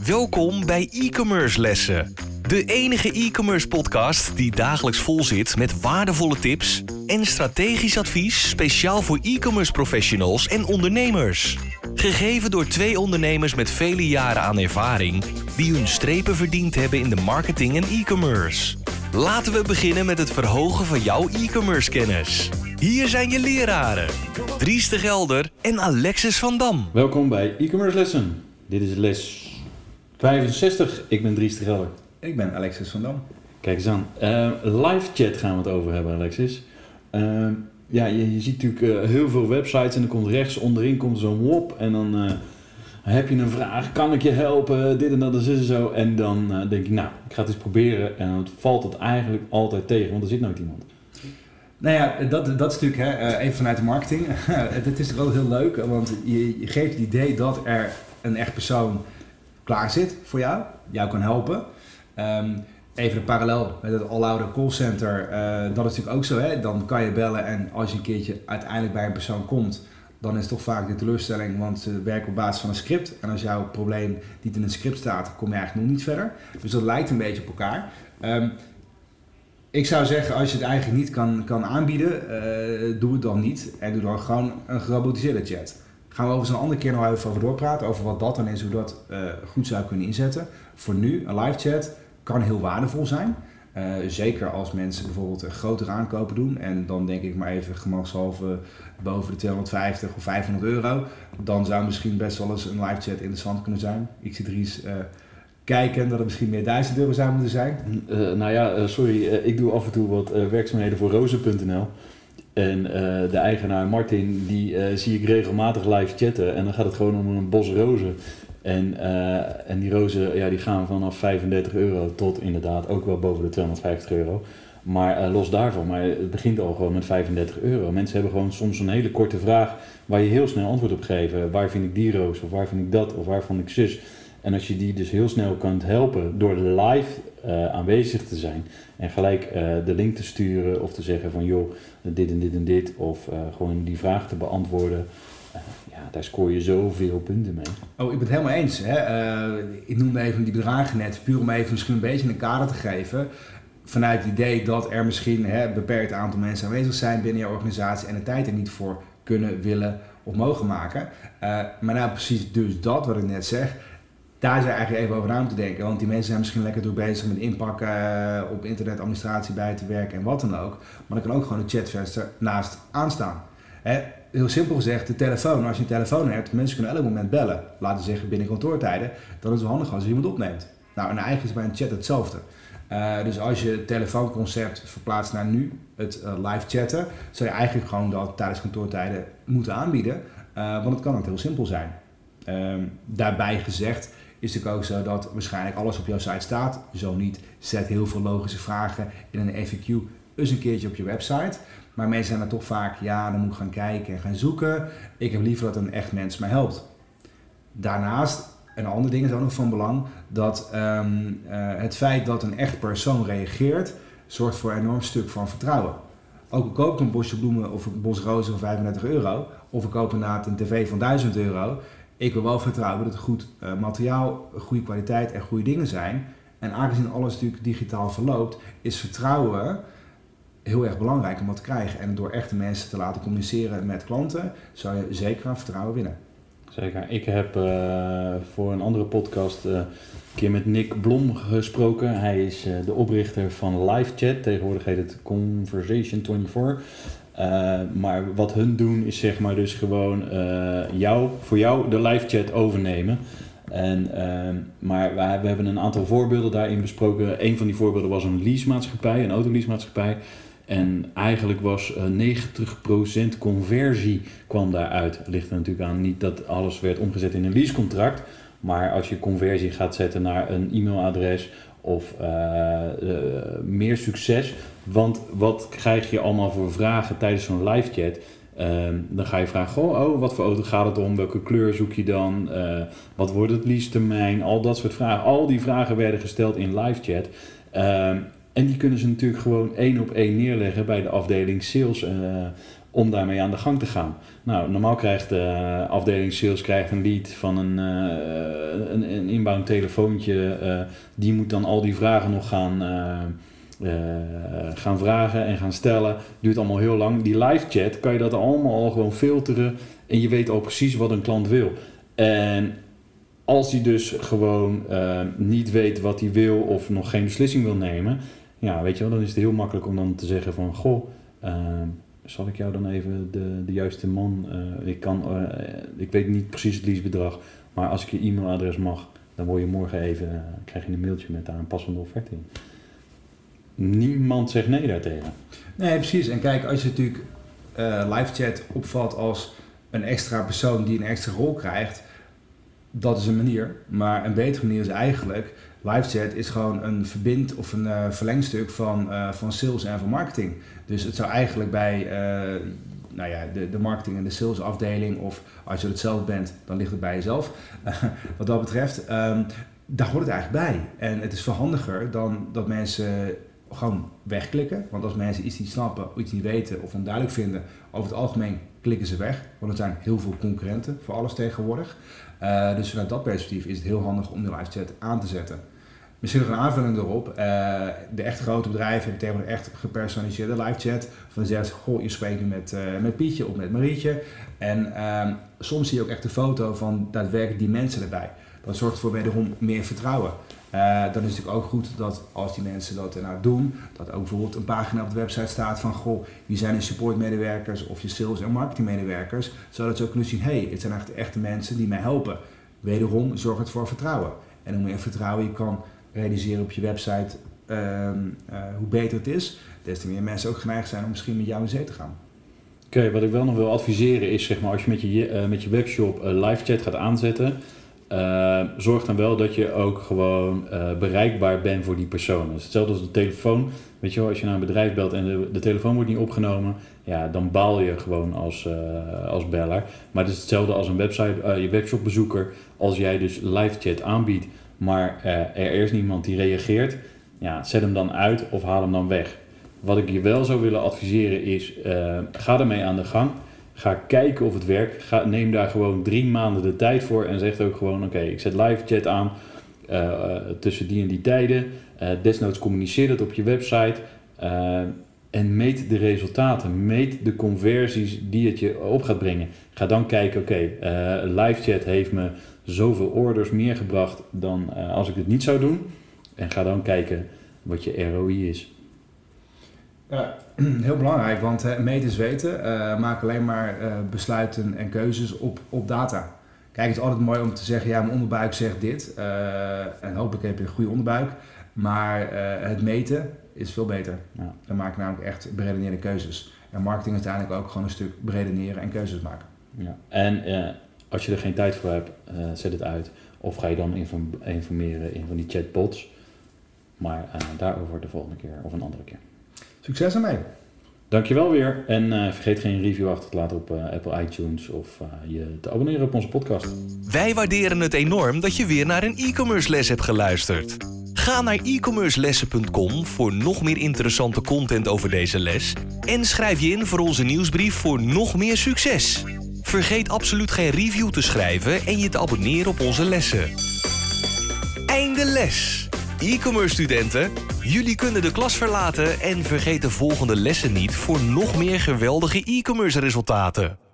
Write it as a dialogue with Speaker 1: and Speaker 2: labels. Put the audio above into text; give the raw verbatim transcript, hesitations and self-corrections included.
Speaker 1: Welkom bij e-commerce lessen. De enige e-commerce podcast die dagelijks vol zit met waardevolle tips en strategisch advies speciaal voor e-commerce professionals en ondernemers. Gegeven door twee ondernemers met vele jaren aan ervaring die hun strepen verdiend hebben in de marketing en e-commerce. Laten we beginnen met het verhogen van jouw e-commerce kennis. Hier zijn je leraren, Dries de Gelder en Alexis van Dam.
Speaker 2: Welkom bij e-commerce lessen. Dit is les vijfenzestig. Ik ben Dries de Gelder.
Speaker 3: Ik ben Alexis van Dam.
Speaker 2: Kijk eens aan. Uh, live chat gaan we het over hebben, Alexis. Uh, ja, je, je ziet natuurlijk uh, heel veel websites en dan komt rechts onderin komt zo'n wop en dan uh, heb je een vraag, kan ik je helpen, dit en dat en zo en zo. En dan uh, denk ik, nou, ik ga het eens proberen en dan valt het eigenlijk altijd tegen, want er zit nooit iemand.
Speaker 3: Nou ja, dat, dat is natuurlijk hè, even vanuit de marketing. Het is wel heel leuk, want je, je geeft het idee dat er een echt persoon klaar zit voor jou, jou kan helpen. Um, even een parallel met het aloude callcenter, uh, dat is natuurlijk ook zo. Hè? Dan kan je bellen en als je een keertje uiteindelijk bij een persoon komt, dan is het toch vaak de teleurstelling, want ze werken op basis van een script. En als jouw probleem niet in een script staat, kom je eigenlijk nog niet verder. Dus dat lijkt een beetje op elkaar. Um, ik zou zeggen, als je het eigenlijk niet kan, kan aanbieden, uh, doe het dan niet. En doe dan gewoon een gerobotiseerde chat. Gaan we over zo'n andere keer nog even over doorpraten, over wat dat dan is, hoe dat uh, goed zou kunnen inzetten. Voor nu, een live chat kan heel waardevol zijn. Uh, zeker als mensen bijvoorbeeld uh, grotere aankopen doen. En dan denk ik maar even gemakshalve boven de tweehonderdvijftig of vijfhonderd euro. Dan zou misschien best wel eens een live chat interessant kunnen zijn. Ik zie Dries uh, kijken dat het misschien meer duizend euro zou moeten zijn.
Speaker 2: Uh, nou ja, uh, sorry, uh, ik doe af en toe wat uh, werkzaamheden voor rozen punt n l. En uh, de eigenaar Martin, die uh, zie ik regelmatig live chatten. En dan gaat het gewoon om een bos rozen. En, uh, en die rozen ja, die gaan vanaf vijfendertig euro tot inderdaad ook wel boven de tweehonderdvijftig euro. Maar uh, los daarvan, maar het begint al gewoon met vijfendertig euro. Mensen hebben gewoon soms een hele korte vraag waar je heel snel antwoord op geeft. Waar vind ik die roos of waar vind ik dat of waar vind ik zus? En als je die dus heel snel kunt helpen door live uh, aanwezig te zijn en gelijk uh, de link te sturen of te zeggen van joh, dit en dit en dit of uh, gewoon die vraag te beantwoorden, uh, ja, daar scoor je zoveel punten mee.
Speaker 3: Oh, ik ben het helemaal eens. Hè? Uh, ik noemde even die bedragen net, puur om even misschien een beetje een kader te geven. Vanuit het idee dat er misschien hè, een beperkt aantal mensen aanwezig zijn binnen je organisatie en de tijd er niet voor kunnen, willen of mogen maken. Uh, maar nou precies dus dat wat ik net zeg. Daar zijn eigenlijk even over na om te denken, want die mensen zijn misschien lekker door bezig met inpakken, uh, op internetadministratie bij te werken en wat dan ook. Maar dan kan ook gewoon een chatvenster naast aanstaan. Hè, heel simpel gezegd, de telefoon, als je een telefoon hebt, mensen kunnen elk moment bellen, laten we zeggen binnen kantoortijden, dan is het handig als je iemand opneemt. Nou, en eigenlijk is bij een chat hetzelfde. Uh, dus als je het telefoonconcept verplaatst naar nu, het uh, live chatten, zou je eigenlijk gewoon dat tijdens kantoortijden moeten aanbieden, uh, want het kan ook heel simpel zijn. Uh, daarbij gezegd is het ook zo dat waarschijnlijk alles op jouw site staat. Zo niet, zet heel veel logische vragen in een F A Q eens een keertje op je website. Maar mensen zijn er toch vaak, ja, dan moet ik gaan kijken en gaan zoeken. Ik heb liever dat een echt mens mij helpt. Daarnaast, een ander ding is ook nog van belang, dat um, uh, het feit dat een echt persoon reageert, zorgt voor een enorm stuk van vertrouwen. Ook al koop ik een bosje bloemen of een bos rozen van vijfendertig euro, of ik koop inderdaad een tv van duizend euro, ik wil wel vertrouwen dat het goed uh, materiaal, goede kwaliteit en goede dingen zijn. En aangezien alles natuurlijk digitaal verloopt, is vertrouwen heel erg belangrijk om wat te krijgen. En door echte mensen te laten communiceren met klanten, zou je zeker aan vertrouwen winnen.
Speaker 2: Zeker. Ik heb uh, voor een andere podcast uh, een keer met Nick Blom gesproken. Hij is uh, de oprichter van LiveChat. Tegenwoordig heet het Conversation vierentwintig. Uh, maar wat hun doen is zeg maar dus gewoon uh, jou, voor jou de live chat overnemen. En, uh, maar wij, we hebben een aantal voorbeelden daarin besproken. Een van die voorbeelden was een leasemaatschappij, een autoleasemaatschappij. En eigenlijk was uh, negentig procent conversie kwam daaruit. Het ligt er natuurlijk aan niet dat alles werd omgezet in een leasecontract. Maar als je conversie gaat zetten naar een e-mailadres of uh, uh, meer succes. Want wat krijg je allemaal voor vragen tijdens zo'n live chat? Uh, dan ga je vragen, oh, oh, wat voor auto gaat het om? Welke kleur zoek je dan? Uh, wat wordt het leasetermijn? Al dat soort vragen. Al die vragen werden gesteld in live chat. Uh, en die kunnen ze natuurlijk gewoon één op één neerleggen bij de afdeling sales. Uh, om daarmee aan de gang te gaan. Nou, normaal krijgt de afdeling sales krijgt een lead van een, uh, een, een inbound telefoontje. Uh, die moet dan al die vragen nog gaan, uh, uh, gaan vragen en gaan stellen. Duurt allemaal heel lang. Die live chat kan je dat allemaal al gewoon filteren. En je weet al precies wat een klant wil. En als hij dus gewoon uh, niet weet wat hij wil of nog geen beslissing wil nemen. Ja, weet je wel, dan is het heel makkelijk om dan te zeggen van, goh, uh, zal ik jou dan even de, de juiste man, uh, ik kan, uh, ik weet niet precies het leasebedrag, maar als ik je e-mailadres mag, dan word je morgen even, uh, krijg je een mailtje met daar een passende offerte in. Niemand zegt nee daartegen.
Speaker 3: Nee, precies. En kijk, als je natuurlijk uh, live chat opvat als een extra persoon die een extra rol krijgt, dat is een manier. Maar een betere manier is eigenlijk, live chat is gewoon een verbind of een uh, verlengstuk van, uh, van sales en van marketing. Dus het zou eigenlijk bij uh, nou ja, de, de marketing en de sales afdeling, of als je het zelf bent, dan ligt het bij jezelf. Uh, wat dat betreft, um, daar hoort het eigenlijk bij. En het is veel handiger dan dat mensen gewoon wegklikken. Want als mensen iets niet snappen, iets niet weten of onduidelijk vinden, over het algemeen klikken ze weg. Want er zijn heel veel concurrenten voor alles tegenwoordig. Uh, dus vanuit dat perspectief is het heel handig om de live chat aan te zetten. Misschien nog een aanvulling erop. Uh, de echt grote bedrijven hebben tegenwoordig echt gepersonaliseerde live chat. Van zeggen ze, goh, je spreekt nu met, uh, met Pietje of met Marietje. En uh, soms zie je ook echt een foto van daadwerkelijk die mensen erbij. Dat zorgt voor wederom meer vertrouwen. Uh, dan is het natuurlijk ook goed dat als die mensen dat nou doen, dat ook bijvoorbeeld een pagina op de website staat van, goh, wie zijn de supportmedewerkers of je sales- en marketingmedewerkers, zodat ze ook kunnen zien, hé, hey, het zijn echt de echte mensen die mij helpen. Wederom zorgt het voor vertrouwen. En hoe meer vertrouwen je kan realiseren op je website, uh, uh, hoe beter het is, des te meer mensen ook geneigd zijn om misschien met jou in zee te gaan.
Speaker 2: Oké, okay, wat ik wel nog wil adviseren is, zeg maar, als je met je, uh, met je webshop uh, live chat gaat aanzetten, Uh, zorg dan wel dat je ook gewoon uh, bereikbaar bent voor die persoon. Dat is hetzelfde als de telefoon. Weet je wel, als je naar een bedrijf belt en de, de telefoon wordt niet opgenomen, ja, dan baal je gewoon als, uh, als beller. Maar het is hetzelfde als een website, uh, je webshopbezoeker. Als jij dus live chat aanbiedt, maar uh, er is niemand die reageert, ja, zet hem dan uit of haal hem dan weg. Wat ik je wel zou willen adviseren is, uh, ga ermee aan de gang. Ga kijken of het werkt. Ga, neem daar gewoon drie maanden de tijd voor en zeg ook gewoon, oké, okay, ik zet live chat aan uh, uh, tussen die en die tijden. Uh, desnoods communiceer dat op je website uh, en meet de resultaten. Meet de conversies die het je op gaat brengen. Ga dan kijken, oké, okay, uh, live chat heeft me zoveel orders meer gebracht dan uh, als ik het niet zou doen. En ga dan kijken wat je R O I is.
Speaker 3: Ja, heel belangrijk, want uh, meten is weten. Uh, maak alleen maar uh, besluiten en keuzes op, op data. Kijk, het is altijd mooi om te zeggen, ja, mijn onderbuik zegt dit. Uh, en hopelijk heb je een goede onderbuik. Maar uh, het meten is veel beter. Ja. Dan maak je namelijk echt beredeneerde keuzes. En marketing is uiteindelijk ook gewoon een stuk beredeneren en keuzes maken.
Speaker 2: Ja. En uh, als je er geen tijd voor hebt, uh, zet het uit. Of ga je dan inform- informeren in van die chatbots. Maar uh, daarover de volgende keer of een andere keer.
Speaker 3: Succes ermee!
Speaker 2: Dankjewel weer en uh, vergeet geen review achter te laten op uh, Apple iTunes of uh, je te abonneren op onze podcast.
Speaker 1: Wij waarderen het enorm dat je weer naar een e-commerce les hebt geluisterd. Ga naar e commerce lessen punt com voor nog meer interessante content over deze les en schrijf je in voor onze nieuwsbrief voor nog meer succes. Vergeet absoluut geen review te schrijven en je te abonneren op onze lessen. Einde les! E-commerce studenten, jullie kunnen de klas verlaten en vergeet de volgende lessen niet voor nog meer geweldige e-commerce resultaten.